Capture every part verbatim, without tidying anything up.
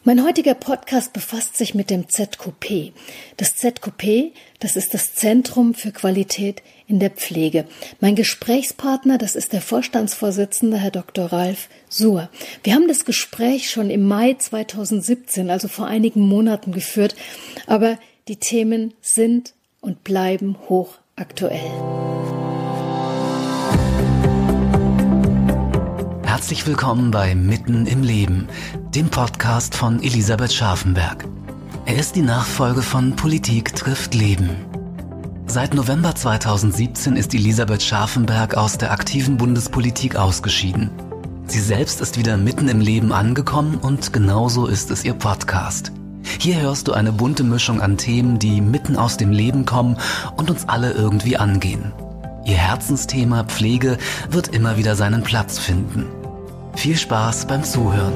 Mein heutiger Podcast befasst sich mit dem Z Q P. Das Z Q P, das ist das Zentrum für Qualität in der Pflege. Mein Gesprächspartner, das ist der Vorstandsvorsitzende, Herr Doktor Ralf Suhr. Wir haben das Gespräch schon im Mai zweitausendsiebzehn, also vor einigen Monaten, geführt, aber die Themen sind und bleiben hochaktuell. Herzlich willkommen bei Mitten im Leben, dem Podcast von Elisabeth Scharfenberg. Er ist die Nachfolge von Politik trifft Leben. Seit November zweitausendsiebzehn ist Elisabeth Scharfenberg aus der aktiven Bundespolitik ausgeschieden. Sie selbst ist wieder mitten im Leben angekommen und genauso ist es ihr Podcast. Hier hörst du eine bunte Mischung an Themen, die mitten aus dem Leben kommen und uns alle irgendwie angehen. Ihr Herzensthema Pflege wird immer wieder seinen Platz finden. Viel Spaß beim Zuhören.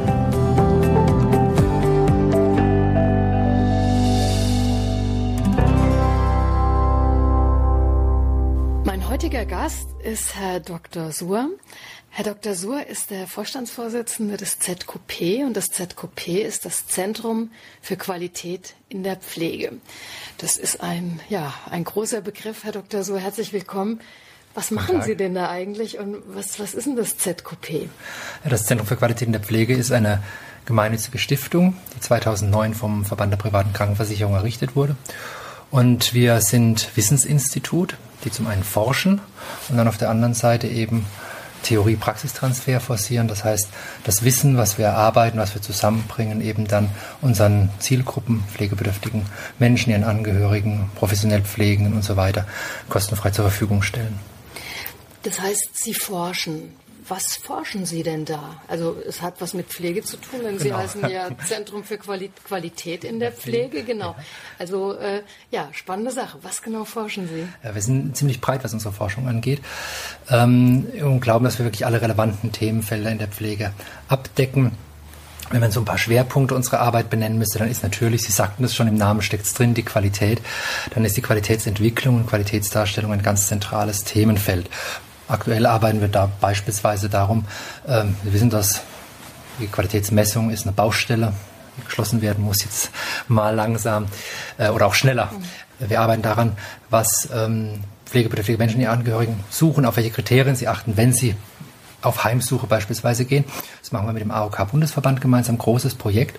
Mein heutiger Gast ist Herr Doktor Suhr. Herr Doktor Suhr ist der Vorstandsvorsitzende des Z Q P und das Z Q P ist das Zentrum für Qualität in der Pflege. Das ist ein, ja, ein großer Begriff, Herr Doktor Suhr. Herzlich willkommen. Was machen Sie denn da eigentlich und was, was ist denn das Z Q P? Ja, das Zentrum für Qualität in der Pflege ist eine gemeinnützige Stiftung, die zweitausendneun vom Verband der privaten Krankenversicherung errichtet wurde. Und wir sind Wissensinstitut, die zum einen forschen und dann auf der anderen Seite eben Theorie-Praxistransfer forcieren. Das heißt, das Wissen, was wir erarbeiten, was wir zusammenbringen, eben dann unseren Zielgruppen, pflegebedürftigen Menschen, ihren Angehörigen, professionell Pflegenden und so weiter kostenfrei zur Verfügung stellen. Das heißt, Sie forschen. Was forschen Sie denn da? Also es hat was mit Pflege zu tun, denn Sie genau. heißen ja Zentrum für Quali- Qualität in der Pflege. Genau. Ja. Also äh, ja, spannende Sache. Was genau forschen Sie? Ja, wir sind ziemlich breit, was unsere Forschung angeht, ähm, und glauben, dass wir wirklich alle relevanten Themenfelder in der Pflege abdecken. Wenn man so ein paar Schwerpunkte unserer Arbeit benennen müsste, dann ist natürlich, Sie sagten es schon, im Namen steckt es drin, die Qualität. Dann ist die Qualitätsentwicklung und Qualitätsdarstellung ein ganz zentrales Themenfeld. Aktuell arbeiten wir da beispielsweise darum, ähm, wir wissen, dass die Qualitätsmessung ist eine Baustelle, die geschlossen werden muss jetzt mal langsam äh, oder auch schneller. Mhm. Wir arbeiten daran, was ähm, pflegebedürftige Menschen, ihre Angehörigen suchen, auf welche Kriterien sie achten, wenn sie auf Heimsuche beispielsweise gehen. Das machen wir mit dem A O K-Bundesverband gemeinsam, großes Projekt.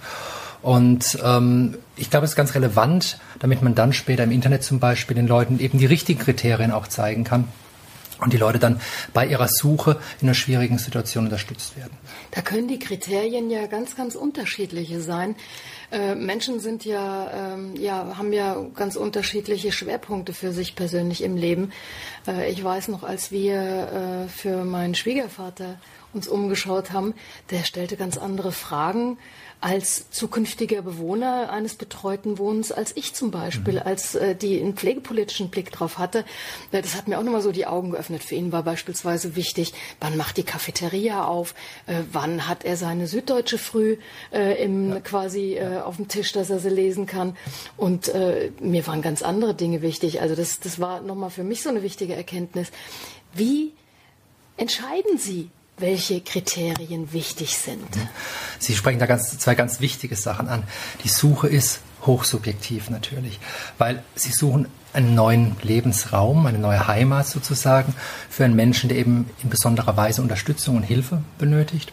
Und ähm, ich glaube, es ist ganz relevant, damit man dann später im Internet zum Beispiel den Leuten eben die richtigen Kriterien auch zeigen kann. Und die Leute dann bei ihrer Suche in einer schwierigen Situation unterstützt werden. Da können die Kriterien ja ganz, ganz unterschiedliche sein. Äh, Menschen sind ja, ähm, ja, haben ja ganz unterschiedliche Schwerpunkte für sich persönlich im Leben. Äh, ich weiß noch, als wir äh, für meinen Schwiegervater uns umgeschaut haben, der stellte ganz andere Fragen als zukünftiger Bewohner eines betreuten Wohnens, als ich zum Beispiel, mhm. als äh, die einen pflegepolitischen Blick drauf hatte. Äh, das hat mir auch nochmal so die Augen geöffnet. Für ihn war beispielsweise wichtig, wann macht die Cafeteria auf, äh, wann hat er seine Süddeutsche Früh äh, im, ja. quasi äh, auf dem Tisch, dass er sie lesen kann. Und äh, mir waren ganz andere Dinge wichtig. Also das, das war nochmal für mich so eine wichtige Erkenntnis. Wie entscheiden Sie, welche Kriterien wichtig sind? Sie sprechen da ganz, zwei ganz wichtige Sachen an. Die Suche ist hochsubjektiv natürlich, weil Sie suchen einen neuen Lebensraum, eine neue Heimat sozusagen für einen Menschen, der eben in besonderer Weise Unterstützung und Hilfe benötigt.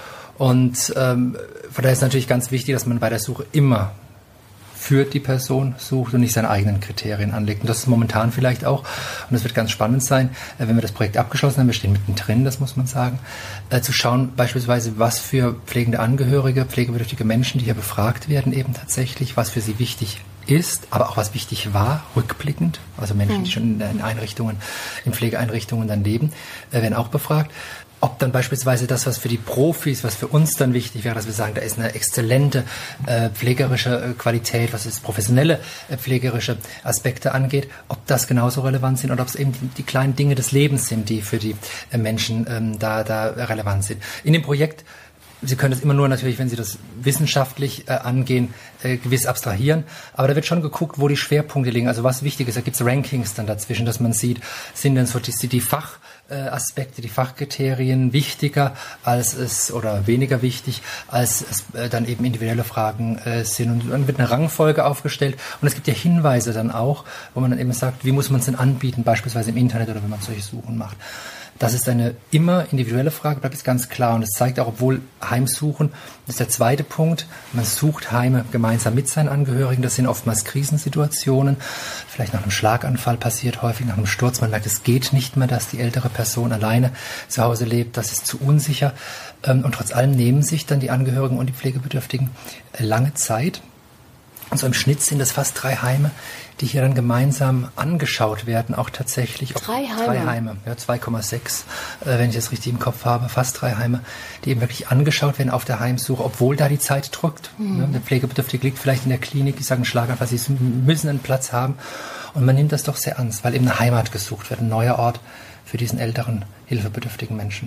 Und ähm, von daher ist natürlich ganz wichtig, dass man bei der Suche immer für die Person sucht und nicht seine eigenen Kriterien anlegt. Und das ist momentan vielleicht auch, und das wird ganz spannend sein, wenn wir das Projekt abgeschlossen haben, wir stehen mittendrin, das muss man sagen, äh, zu schauen beispielsweise, was für pflegende Angehörige, pflegebedürftige Menschen, die hier befragt werden, eben tatsächlich, was für sie wichtig ist, aber auch was wichtig war, rückblickend, also Menschen, die schon in Einrichtungen, in Pflegeeinrichtungen dann leben, äh, werden auch befragt. Ob dann beispielsweise das, was für die Profis, was für uns dann wichtig wäre, dass wir sagen, da ist eine exzellente äh, pflegerische äh, Qualität, was es professionelle äh, pflegerische Aspekte angeht, ob das genauso relevant sind oder ob es eben die, die kleinen Dinge des Lebens sind, die für die äh, Menschen ähm, da, da relevant sind. In dem Projekt, Sie können das immer nur natürlich, wenn Sie das wissenschaftlich äh, angehen, äh, gewiss abstrahieren. Aber da wird schon geguckt, wo die Schwerpunkte liegen. Also was wichtig ist, da gibt es Rankings dann dazwischen, dass man sieht, sind denn so die, die Fach Aspekte, die Fachkriterien wichtiger als es oder weniger wichtig, als es äh, dann eben individuelle Fragen äh, sind. Und dann wird eine Rangfolge aufgestellt und es gibt ja Hinweise dann auch, wo man dann eben sagt, wie muss man es denn anbieten, beispielsweise im Internet oder wenn man solche Suchen macht. Das ist eine immer individuelle Frage, bleibt jetzt ganz klar. Und es zeigt auch, obwohl Heimsuchen, das ist der zweite Punkt, man sucht Heime gemeinsam mit seinen Angehörigen. Das sind oftmals Krisensituationen, vielleicht nach einem Schlaganfall passiert, häufig nach einem Sturz. Man merkt, es geht nicht mehr, dass die ältere Person alleine zu Hause lebt. Das ist zu unsicher. Und trotz allem nehmen sich dann die Angehörigen und die Pflegebedürftigen lange Zeit. Und so im Schnitt sind es fast drei Heime, die hier dann gemeinsam angeschaut werden, auch tatsächlich. Drei Heime? Drei Heime, ja, zwei Komma sechs, äh, wenn ich das richtig im Kopf habe, fast drei Heime, die eben wirklich angeschaut werden auf der Heimsuche, obwohl da die Zeit drückt. Mhm. Ja, der Pflegebedürftige liegt vielleicht in der Klinik, die sagen Schlaganfall, sie müssen einen Platz haben. Und man nimmt das doch sehr ernst, weil eben eine Heimat gesucht wird, ein neuer Ort für diesen älteren, hilfebedürftigen Menschen.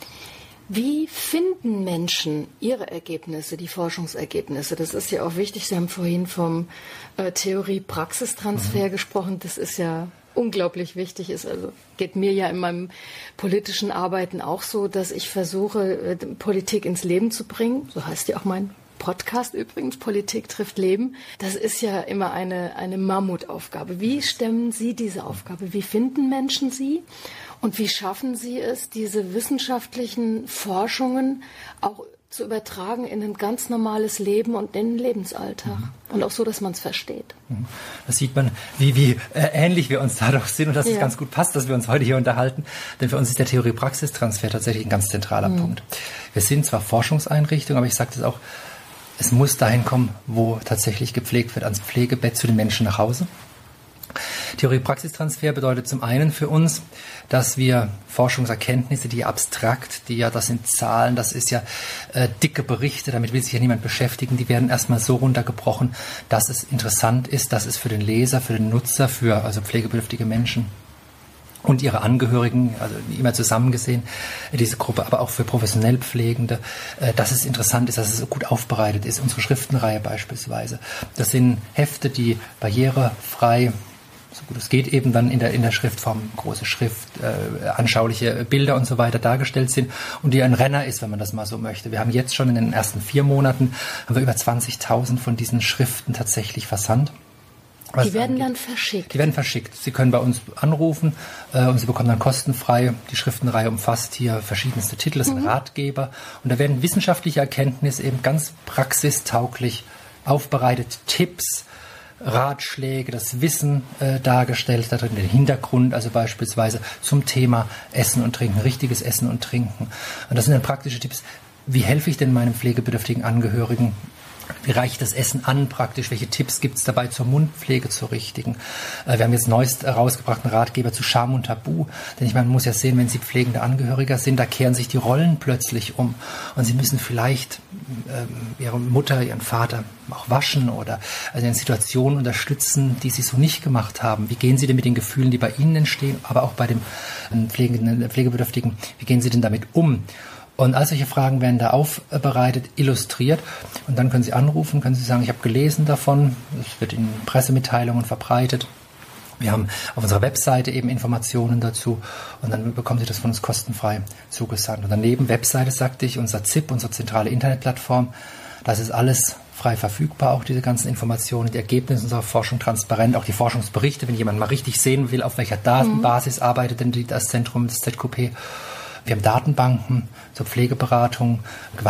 Wie finden Menschen ihre Ergebnisse, die Forschungsergebnisse? Das ist ja auch wichtig. Sie haben vorhin vom äh, Theorie-Praxistransfer mhm. gesprochen. Das ist ja unglaublich wichtig. Ist also geht mir ja in meinem politischen Arbeiten auch so, dass ich versuche, äh, Politik ins Leben zu bringen. So heißt ja auch mein Podcast übrigens, Politik trifft Leben. Das ist ja immer eine, eine Mammutaufgabe. Wie stemmen Sie diese Aufgabe? Wie finden Menschen sie? Und wie schaffen Sie es, diese wissenschaftlichen Forschungen auch zu übertragen in ein ganz normales Leben und in den Lebensalltag? Mhm. Und auch so, dass man es versteht. Da sieht man, wie, wie äh, ähnlich wir uns dadurch sind und dass ja. es ganz gut passt, dass wir uns heute hier unterhalten. Denn für uns ist der Theorie-Praxistransfer tatsächlich ein ganz zentraler mhm. Punkt. Wir sind zwar Forschungseinrichtung, aber ich sage das auch, es muss dahin kommen, wo tatsächlich gepflegt wird, ans Pflegebett zu den Menschen nach Hause. Theorie-Praxistransfer bedeutet zum einen für uns, dass wir Forschungserkenntnisse, die abstrakt, die ja, das sind Zahlen, das ist ja äh, dicke Berichte, damit will sich ja niemand beschäftigen, die werden erstmal so runtergebrochen, dass es interessant ist, dass es für den Leser, für den Nutzer, für also pflegebedürftige Menschen und ihre Angehörigen, also immer zusammen gesehen, diese Gruppe, aber auch für professionell Pflegende, dass es interessant ist, dass es gut aufbereitet ist. Unsere Schriftenreihe beispielsweise. Das sind Hefte, die barrierefrei, so gut es geht, eben dann in der, in der Schriftform, große Schrift, äh, anschauliche Bilder und so weiter dargestellt sind und die ein Renner ist, wenn man das mal so möchte. Wir haben jetzt schon in den ersten vier Monaten haben wir über zwanzigtausend von diesen Schriften tatsächlich versandt. Was die werden dann verschickt? Die werden verschickt. Sie können bei uns anrufen äh, und Sie bekommen dann kostenfrei. Die Schriftenreihe umfasst hier verschiedenste Titel, das sind mhm. Ratgeber. Und da werden wissenschaftliche Erkenntnisse eben ganz praxistauglich aufbereitet, Tipps, Ratschläge, das Wissen äh, dargestellt, da drin den Hintergrund, also beispielsweise zum Thema Essen und Trinken, richtiges Essen und Trinken. Und das sind dann praktische Tipps. Wie helfe ich denn meinem pflegebedürftigen Angehörigen? Wie reicht das Essen an praktisch? Welche Tipps gibt es dabei zur Mundpflege, zur richtigen? Wir haben jetzt neuest herausgebracht einen Ratgeber zu Scham und Tabu. Denn ich meine, man muss ja sehen, wenn Sie pflegende Angehöriger sind, da kehren sich die Rollen plötzlich um. Und Sie müssen vielleicht ähm, Ihre Mutter, Ihren Vater auch waschen oder also in Situationen unterstützen, die Sie so nicht gemacht haben. Wie gehen Sie denn mit den Gefühlen, die bei Ihnen entstehen, aber auch bei dem Pflegenden, Pflegebedürftigen, wie gehen Sie denn damit um? Und all solche Fragen werden da aufbereitet, illustriert und dann können Sie anrufen, können Sie sagen, ich habe gelesen davon, es wird in Pressemitteilungen verbreitet. Wir haben auf unserer Webseite eben Informationen dazu und dann bekommen Sie das von uns kostenfrei zugesandt. Und daneben Webseite, sagte ich, unser Z I P, unsere zentrale Internetplattform, das ist alles frei verfügbar, auch diese ganzen Informationen, die Ergebnisse unserer Forschung transparent, auch die Forschungsberichte, wenn jemand mal richtig sehen will, auf welcher Datenbasis mhm. arbeitet denn das Zentrum, das Z Q P. Wir haben Datenbanken zur Pflegeberatung,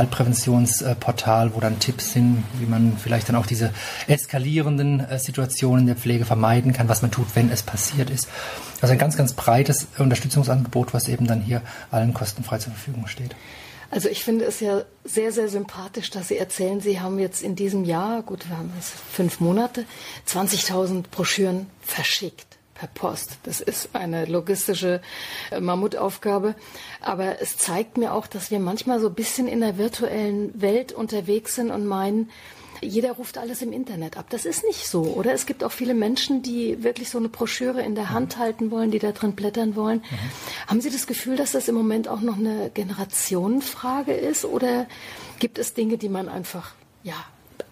Gewaltpräventionsportal, wo dann Tipps sind, wie man vielleicht dann auch diese eskalierenden Situationen der Pflege vermeiden kann, was man tut, wenn es passiert ist. Also ein ganz, ganz breites Unterstützungsangebot, was eben dann hier allen kostenfrei zur Verfügung steht. Also ich finde es ja sehr, sehr sympathisch, dass Sie erzählen, Sie haben jetzt in diesem Jahr, gut, wir haben jetzt fünf Monate, zwanzigtausend Broschüren verschickt. Per Post. Das ist eine logistische Mammutaufgabe. Aber es zeigt mir auch, dass wir manchmal so ein bisschen in der virtuellen Welt unterwegs sind und meinen, jeder ruft alles im Internet ab. Das ist nicht so, oder? Es gibt auch viele Menschen, die wirklich so eine Broschüre in der Hand halten wollen, die da drin blättern wollen. Mhm. Haben Sie das Gefühl, dass das im Moment auch noch eine Generationenfrage ist? Oder gibt es Dinge, die man einfach, ja,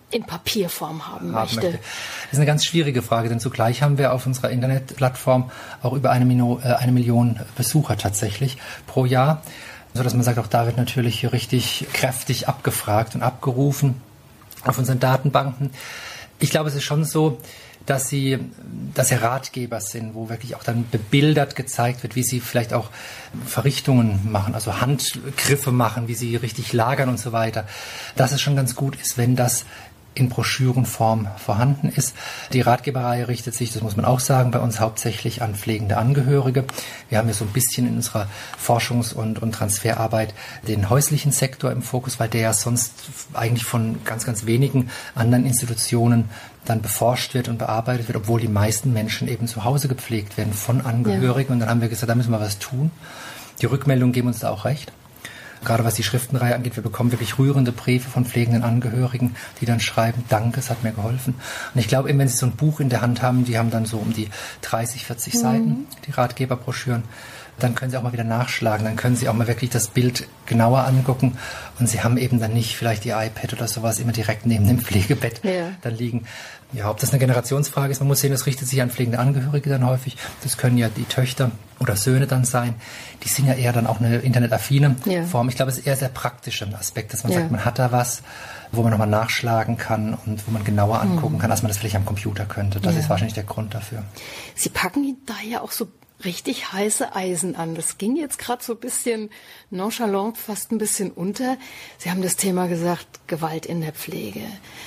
in Papierform haben, haben möchte. möchte. Das ist eine ganz schwierige Frage, denn zugleich haben wir auf unserer Internetplattform auch über eine, Mino, äh, eine Million Besucher tatsächlich pro Jahr, sodass man sagt, auch da wird natürlich richtig kräftig abgefragt und abgerufen auf unseren Datenbanken. Ich glaube, es ist schon so, dass sie, dass sie Ratgeber sind, wo wirklich auch dann bebildert gezeigt wird, wie sie vielleicht auch Verrichtungen machen, also Handgriffe machen, wie sie richtig lagern und so weiter. Dass es schon ganz gut ist, wenn das in Broschürenform vorhanden ist. Die Ratgeberreihe richtet sich, das muss man auch sagen, bei uns hauptsächlich an pflegende Angehörige. Wir haben ja so ein bisschen in unserer Forschungs- und, und Transferarbeit den häuslichen Sektor im Fokus, weil der ja sonst eigentlich von ganz, ganz wenigen anderen Institutionen dann beforscht wird und bearbeitet wird, obwohl die meisten Menschen eben zu Hause gepflegt werden von Angehörigen. Ja. Und dann haben wir gesagt, da müssen wir was tun. Die Rückmeldungen geben uns da auch recht. Gerade was die Schriftenreihe angeht, wir bekommen wirklich rührende Briefe von pflegenden Angehörigen, die dann schreiben, danke, es hat mir geholfen. Und ich glaube, eben wenn sie so ein Buch in der Hand haben, die haben dann so um die dreißig, vierzig mhm. Seiten, die Ratgeberbroschüren, dann können sie auch mal wieder nachschlagen, dann können sie auch mal wirklich das Bild genauer angucken und sie haben eben dann nicht vielleicht ihr iPad oder sowas immer direkt neben dem Pflegebett ja. dann liegen. Ja, ob das eine Generationsfrage ist, man muss sehen, das richtet sich an pflegende Angehörige dann häufig. Das können ja die Töchter oder Söhne dann sein. Die sind ja eher dann auch eine internetaffine ja. Form. Ich glaube, es ist eher sehr praktischer Aspekt, dass man ja. sagt, man hat da was, wo man nochmal nachschlagen kann und wo man genauer angucken mhm. kann, als man das vielleicht am Computer könnte. Das ja. ist wahrscheinlich der Grund dafür. Sie packen da ja auch so richtig heiße Eisen an. Das ging jetzt gerade so ein bisschen nonchalant, fast ein bisschen unter. Sie haben das Thema gesagt, Gewalt in der Pflege,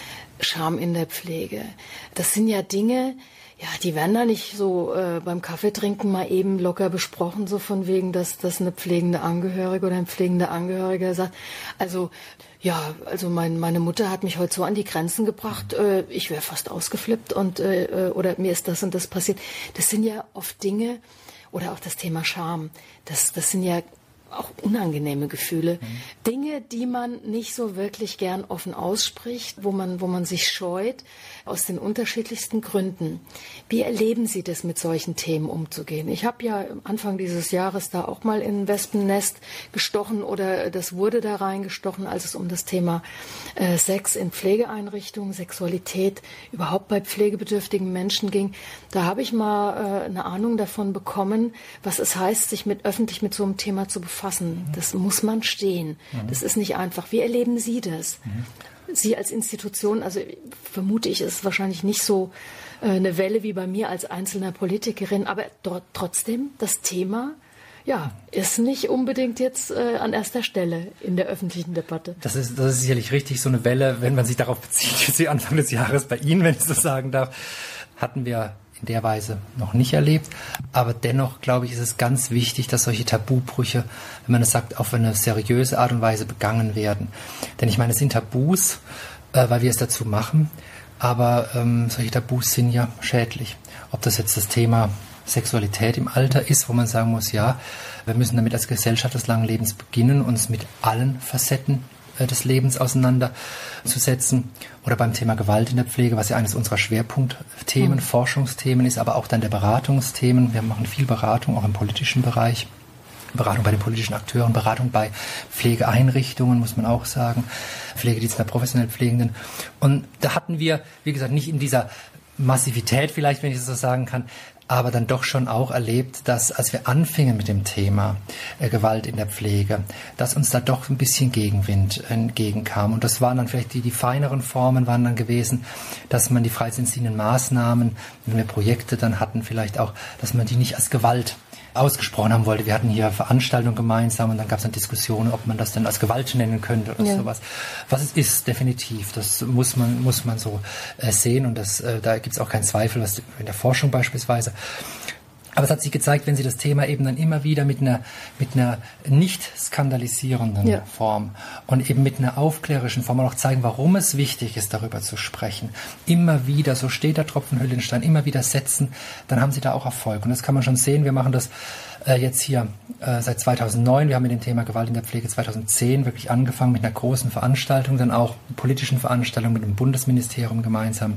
Scham in der Pflege. Das sind ja Dinge, ja, die werden da nicht so äh, beim Kaffeetrinken mal eben locker besprochen, so von wegen, dass, dass eine pflegende Angehörige oder ein pflegender Angehöriger sagt, also ja, also mein, meine Mutter hat mich heute so an die Grenzen gebracht, äh, ich wäre fast ausgeflippt und äh, oder mir ist das und das passiert. Das sind ja oft Dinge, oder auch das Thema Scham, das, das sind ja auch unangenehme Gefühle. Mhm. Dinge, die man nicht so wirklich gern offen ausspricht, wo man, wo man sich scheut, aus den unterschiedlichsten Gründen. Wie erleben Sie das, mit solchen Themen umzugehen? Ich habe ja Anfang dieses Jahres da auch mal in ein Wespennest gestochen oder das wurde da reingestochen, als es um das Thema äh, Sex in Pflegeeinrichtungen, Sexualität überhaupt bei pflegebedürftigen Menschen ging. Da habe ich mal äh, eine Ahnung davon bekommen, was es heißt, sich mit öffentlich mit so einem Thema zu befassen. Das muss man stehen. Mhm. Das ist nicht einfach. Wie erleben Sie das? Mhm. Sie als Institution, also vermute ich, ist wahrscheinlich nicht so äh, eine Welle wie bei mir als einzelner Politikerin, aber dort trotzdem das Thema, ja, ist nicht unbedingt jetzt äh, an erster Stelle in der öffentlichen Debatte. Das ist, das ist sicherlich richtig, so eine Welle, wenn man sich darauf bezieht, wie Sie Anfang des Jahres bei Ihnen, wenn ich so sagen darf, hatten wir in der Weise noch nicht erlebt. Aber dennoch, glaube ich, ist es ganz wichtig, dass solche Tabubrüche, wenn man es sagt, auf eine seriöse Art und Weise begangen werden. Denn ich meine, es sind Tabus, äh, weil wir es dazu machen, aber ähm, solche Tabus sind ja schädlich. Ob das jetzt das Thema Sexualität im Alter ist, wo man sagen muss, ja, wir müssen damit als Gesellschaft des langen Lebens beginnen, uns mit allen Facetten des Lebens auseinanderzusetzen. Oder beim Thema Gewalt in der Pflege, was ja eines unserer Schwerpunktthemen, mhm. Forschungsthemen ist, aber auch dann der Beratungsthemen. Wir machen viel Beratung, auch im politischen Bereich. Beratung bei den politischen Akteuren, Beratung bei Pflegeeinrichtungen, muss man auch sagen. Pflegedienst der professionell Pflegenden. Und da hatten wir, wie gesagt, nicht in dieser Massivität vielleicht, wenn ich das so sagen kann, aber dann doch schon auch erlebt, dass als wir anfingen mit dem Thema äh, Gewalt in der Pflege, dass uns da doch ein bisschen Gegenwind entgegenkam. Und das waren dann vielleicht die, die feineren Formen waren dann gewesen, dass man die freiheitsentziehenden Maßnahmen, wenn wir Projekte dann hatten, vielleicht auch, dass man die nicht als Gewalt ausgesprochen haben wollte. Wir hatten hier Veranstaltungen gemeinsam und dann gab es dann Diskussionen, ob man das dann als Gewalt nennen könnte oder ja. sowas. Was es ist, definitiv. Das muss man, muss man so äh, sehen und das, äh, da gibt es auch keinen Zweifel, was in der Forschung beispielsweise. Aber es hat sich gezeigt, wenn Sie das Thema eben dann immer wieder mit einer, mit einer nicht skandalisierenden ja. Form und eben mit einer aufklärerischen Form auch zeigen, warum es wichtig ist, darüber zu sprechen. Immer wieder, so steht der Tropfen hüllt den Stein, immer wieder setzen, dann haben Sie da auch Erfolg. Und das kann man schon sehen. Wir machen das äh, jetzt hier äh, seit zweitausendneun. Wir haben mit dem Thema Gewalt in der Pflege zweitausendzehn wirklich angefangen mit einer großen Veranstaltung, dann auch politischen Veranstaltung mit dem Bundesministerium gemeinsam.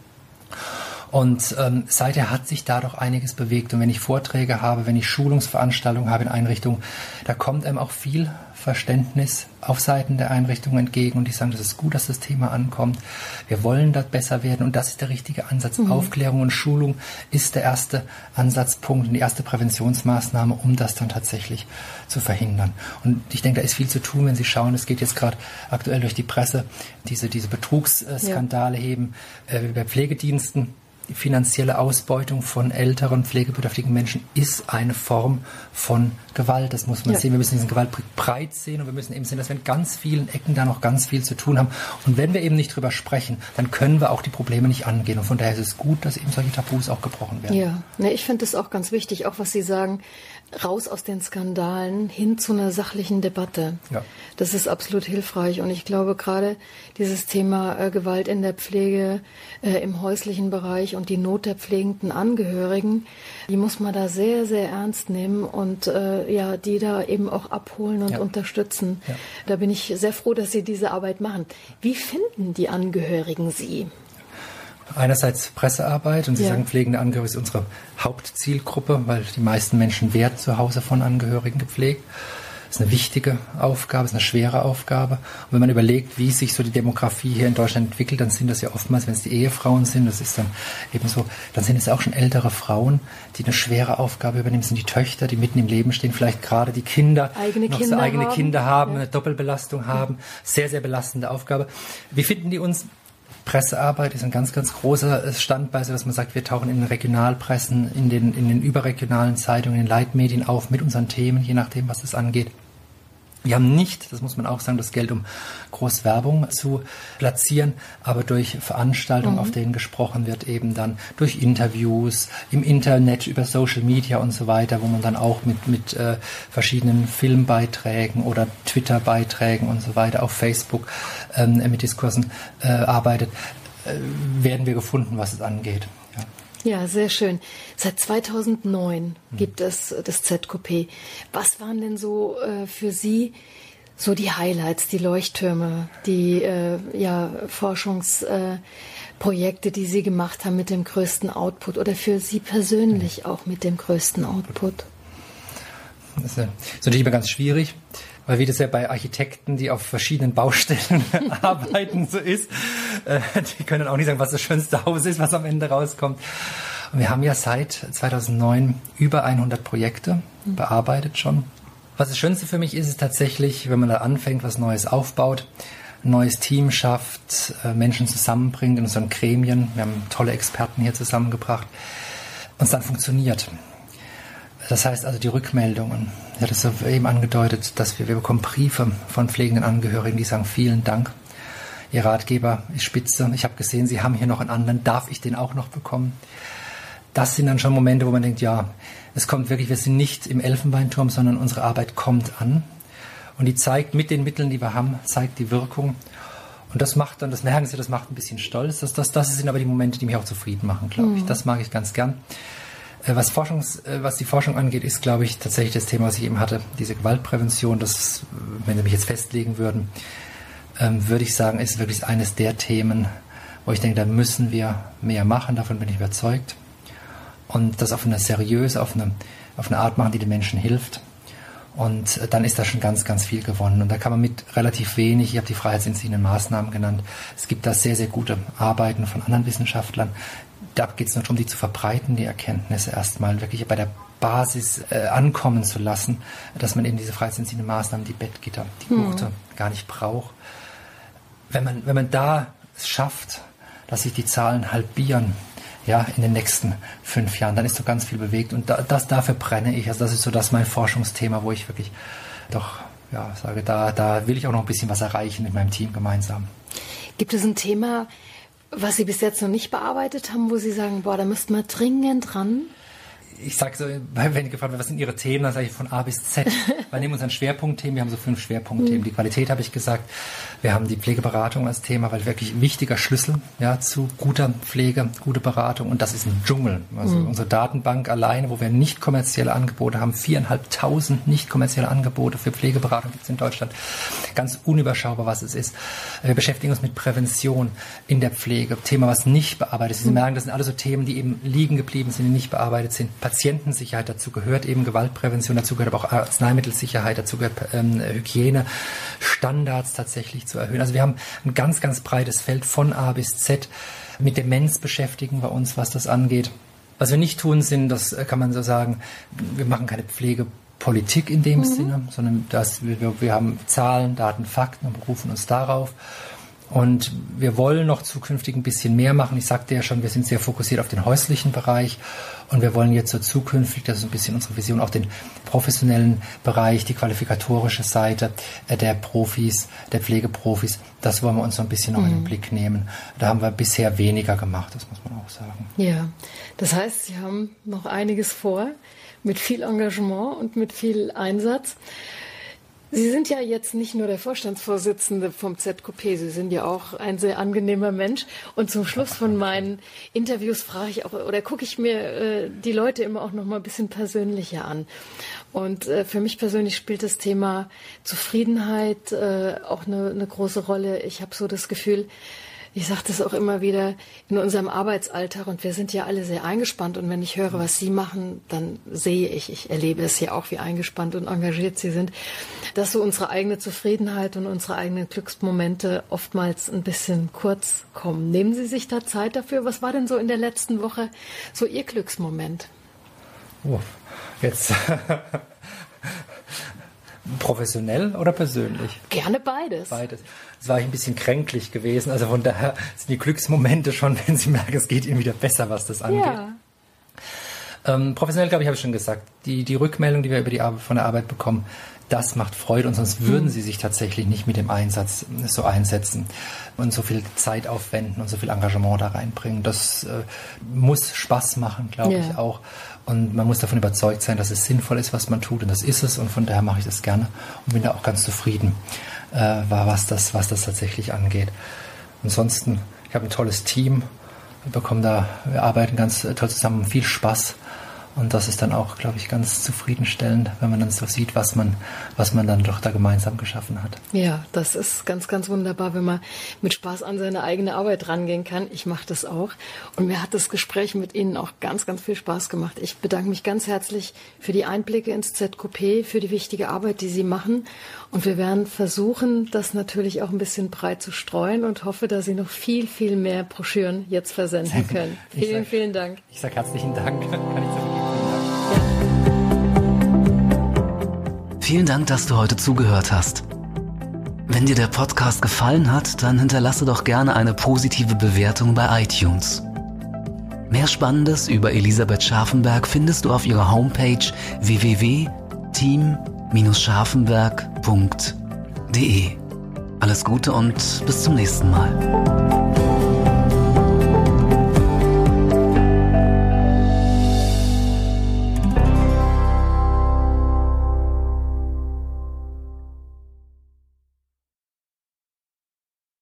Und ähm, seither hat sich da doch einiges bewegt. Und wenn ich Vorträge habe, wenn ich Schulungsveranstaltungen habe in Einrichtungen, da kommt einem auch viel Verständnis auf Seiten der Einrichtungen entgegen und die sagen, das ist gut, dass das Thema ankommt. Wir wollen da besser werden und das ist der richtige Ansatz. Mhm. Aufklärung und Schulung ist der erste Ansatzpunkt und die erste Präventionsmaßnahme, um das dann tatsächlich zu verhindern. Und ich denke, da ist viel zu tun, wenn Sie schauen, es geht jetzt gerade aktuell durch die Presse, diese, diese Betrugsskandale ja. heben äh, bei Pflegediensten. Die finanzielle Ausbeutung von älteren, pflegebedürftigen Menschen ist eine Form von Gewalt. Das muss man ja. sehen. Wir müssen diesen Gewaltblick breit sehen und wir müssen eben sehen, dass wir in ganz vielen Ecken da noch ganz viel zu tun haben. Und wenn wir eben nicht drüber sprechen, dann können wir auch die Probleme nicht angehen. Und von daher ist es gut, dass eben solche Tabus auch gebrochen werden. Ja, ne, ich finde das auch ganz wichtig, auch was Sie sagen, raus aus den Skandalen hin zu einer sachlichen Debatte. Ja. Das ist absolut hilfreich. Und ich glaube, gerade dieses Thema äh, Gewalt in der Pflege, äh, im häuslichen Bereich und die Not der pflegenden Angehörigen, die muss man da sehr, sehr ernst nehmen und äh, ja, die da eben auch abholen und ja. unterstützen. Ja. Da bin ich sehr froh, dass Sie diese Arbeit machen. Wie finden die Angehörigen Sie? Einerseits Pressearbeit und Sie ja. sagen, pflegende Angehörige ist unsere Hauptzielgruppe, weil die meisten Menschen werden zu Hause von Angehörigen gepflegt. Das ist eine wichtige Aufgabe, ist eine schwere Aufgabe. Und wenn man überlegt, wie sich so die Demografie hier in Deutschland entwickelt, dann sind das ja oftmals, wenn es die Ehefrauen sind, das ist dann eben so, dann sind es auch schon ältere Frauen, die eine schwere Aufgabe übernehmen, das sind die Töchter, die mitten im Leben stehen, vielleicht gerade die Kinder, eigene noch Kinder so eigene haben. Kinder haben, ja. eine Doppelbelastung haben, sehr, sehr belastende Aufgabe. Wie finden die uns? Pressearbeit ist ein ganz, ganz großer Standbein, so dass man sagt, wir tauchen in den Regionalpressen, in den, in den überregionalen Zeitungen, in den Leitmedien auf mit unseren Themen, je nachdem, was das angeht. Wir haben nicht, das muss man auch sagen, das Geld, um groß Werbung zu platzieren, aber durch Veranstaltungen, mhm. auf denen gesprochen wird, eben dann durch Interviews, im Internet, über Social Media und so weiter, wo man dann auch mit, mit äh, verschiedenen Filmbeiträgen oder Twitter-Beiträgen und so weiter, auf Facebook ähm, mit Diskursen äh, arbeitet, äh, werden wir gefunden, was es angeht. Ja. Ja, sehr schön. Seit zweitausendneun hm. gibt es das Z Q P. Was waren denn so äh, für Sie so die Highlights, die Leuchttürme, die äh, ja, Forschungsprojekte, äh, die Sie gemacht haben mit dem größten Output oder für Sie persönlich hm. auch mit dem größten Output? Das ist, das ist natürlich immer ganz schwierig, weil wie das ja bei Architekten, die auf verschiedenen Baustellen arbeiten, so ist, äh, die können auch nicht sagen, was das schönste Haus ist, was am Ende rauskommt. Und wir haben ja seit zweitausendneun über hundert Projekte mhm. bearbeitet schon. Was das Schönste für mich ist, ist tatsächlich, wenn man da anfängt, was Neues aufbaut, ein neues Team schafft, äh, Menschen zusammenbringt in unseren Gremien. Wir haben tolle Experten hier zusammengebracht und es dann funktioniert. Das heißt also die Rückmeldungen. Ich hatte es so eben angedeutet, dass wir, wir bekommen Briefe von pflegenden Angehörigen, die sagen, vielen Dank. Ihr Ratgeber ist spitze. Ich habe gesehen, Sie haben hier noch einen anderen. Darf ich den auch noch bekommen? Das sind dann schon Momente, wo man denkt, ja, es kommt wirklich, wir sind nicht im Elfenbeinturm, sondern unsere Arbeit kommt an. Und die zeigt mit den Mitteln, die wir haben, zeigt die Wirkung. Und das macht dann, das merken Sie, das macht ein bisschen stolz. Das, das, das sind aber die Momente, die mich auch zufrieden machen, glaube ich. Mhm. Das mag ich ganz gern. Was, Forschungs, was die Forschung angeht, ist, glaube ich, tatsächlich das Thema, was ich eben hatte, diese Gewaltprävention. Das, wenn Sie mich jetzt festlegen würden, ähm, würde ich sagen, ist wirklich eines der Themen, wo ich denke, da müssen wir mehr machen. Davon bin ich überzeugt. Und das auf eine seriöse, auf eine, auf eine Art machen, die den Menschen hilft. Und dann ist da schon ganz, ganz viel gewonnen. Und da kann man mit relativ wenig, ich habe die freiheitsentziehenden Maßnahmen genannt, es gibt da sehr, sehr gute Arbeiten von anderen Wissenschaftlern. Da geht es nur darum, die zu verbreiten, die Erkenntnisse erstmal wirklich bei der Basis äh, ankommen zu lassen, dass man eben diese freiheitsentziehenden Maßnahmen, die Bettgitter, die Gurte, mhm. gar nicht braucht. Wenn man, wenn man da es schafft, dass sich die Zahlen halbieren, ja, in den nächsten fünf Jahren, dann ist so ganz viel bewegt. Und da, das, dafür brenne ich. Also das ist so das mein Forschungsthema, wo ich wirklich doch ja, sage, da, da will ich auch noch ein bisschen was erreichen mit meinem Team gemeinsam. Gibt es ein Thema, was Sie bis jetzt noch nicht bearbeitet haben, wo Sie sagen, boah, da müssten wir dringend dran? Ich sage so, wenn ich gefragt werde, was sind Ihre Themen, dann sage ich von A bis Z. Wir nehmen unseren Schwerpunktthemen, wir haben so fünf Schwerpunktthemen. Mhm. Die Qualität habe ich gesagt, wir haben die Pflegeberatung als Thema, weil wirklich ein wichtiger Schlüssel ja, zu guter Pflege, gute Beratung, und das ist ein Dschungel. Also mhm. unsere Datenbank alleine, wo wir nicht kommerzielle Angebote haben, viereinhalbtausend nicht kommerzielle Angebote für Pflegeberatung gibt es in Deutschland. Ganz unüberschaubar, was es ist. Wir beschäftigen uns mit Prävention in der Pflege, Thema, was nicht bearbeitet ist. Sie mhm. merken, das sind alles so Themen, die eben liegen geblieben sind, die nicht bearbeitet sind. Patientensicherheit, dazu gehört eben Gewaltprävention, dazu gehört aber auch Arzneimittelsicherheit, dazu gehört ähm, Hygiene, Standards tatsächlich zu erhöhen. Also wir haben ein ganz, ganz breites Feld von A bis Z. Mit Demenz beschäftigen wir uns, was das angeht. Was wir nicht tun, sind, das kann man so sagen, wir machen keine Pflegepolitik in dem mhm. Sinne, sondern das, wir, wir haben Zahlen, Daten, Fakten und berufen uns darauf. Und wir wollen noch zukünftig ein bisschen mehr machen. Ich sagte ja schon, wir sind sehr fokussiert auf den häuslichen Bereich und wir wollen jetzt so zukünftig, das ist ein bisschen unsere Vision, auch den professionellen Bereich, die qualifikatorische Seite der Profis, der Pflegeprofis, das wollen wir uns so ein bisschen noch mhm. in den Blick nehmen. Da haben wir bisher weniger gemacht, das muss man auch sagen. Ja, das heißt, Sie haben noch einiges vor, mit viel Engagement und mit viel Einsatz. Sie sind ja jetzt nicht nur der Vorstandsvorsitzende vom Z Q P, Sie sind ja auch ein sehr angenehmer Mensch. Und zum Schluss von meinen Interviews frage ich auch, oder gucke ich mir äh, die Leute immer auch noch mal ein bisschen persönlicher an. Und äh, für mich persönlich spielt das Thema Zufriedenheit äh, auch eine, eine große Rolle. Ich habe so das Gefühl, ich sage das auch immer wieder in unserem Arbeitsalltag und wir sind ja alle sehr eingespannt und wenn ich höre, was Sie machen, dann sehe ich, ich erlebe es ja auch, wie eingespannt und engagiert Sie sind, dass so unsere eigene Zufriedenheit und unsere eigenen Glücksmomente oftmals ein bisschen kurz kommen. Nehmen Sie sich da Zeit dafür? Was war denn so in der letzten Woche so Ihr Glücksmoment? Oh, jetzt... Professionell oder persönlich? Gerne beides. Beides. Es war ich ein bisschen kränklich gewesen. Also von daher sind die Glücksmomente schon, wenn Sie merken, es geht Ihnen wieder besser, was das angeht. Ja. Ähm, professionell, glaube ich, habe ich schon gesagt, die, die Rückmeldung, die wir über die Arbeit, von der Arbeit bekommen, das macht Freude und sonst würden Sie sich tatsächlich nicht mit dem Einsatz so einsetzen und so viel Zeit aufwenden und so viel Engagement da reinbringen. Das äh, muss Spaß machen, glaube ja. ich auch. Und man muss davon überzeugt sein, dass es sinnvoll ist, was man tut. Und das ist es. Und von daher mache ich das gerne und bin da auch ganz zufrieden, äh, war, was das, was das tatsächlich angeht. Ansonsten, ich habe ein tolles Team. Wir bekommen da, wir arbeiten ganz toll zusammen, viel Spaß. Und das ist dann auch, glaube ich, ganz zufriedenstellend, wenn man dann so sieht, was man, was man dann doch da gemeinsam geschaffen hat. Ja, das ist ganz, ganz wunderbar, wenn man mit Spaß an seine eigene Arbeit rangehen kann. Ich mache das auch. Und mir hat das Gespräch mit Ihnen auch ganz, ganz viel Spaß gemacht. Ich bedanke mich ganz herzlich für die Einblicke ins Z Q P, für die wichtige Arbeit, die Sie machen. Und wir werden versuchen, das natürlich auch ein bisschen breit zu streuen und hoffe, dass Sie noch viel, viel mehr Broschüren jetzt versenden können. Vielen, sag, vielen Dank. Ich sage herzlichen Dank. Kann ich so Vielen Dank, dass du heute zugehört hast. Wenn dir der Podcast gefallen hat, dann hinterlasse doch gerne eine positive Bewertung bei iTunes. Mehr Spannendes über Elisabeth Scharfenberg findest du auf ihrer Homepage w w w punkt team Bindestrich scharfenberg punkt de. Alles Gute und bis zum nächsten Mal.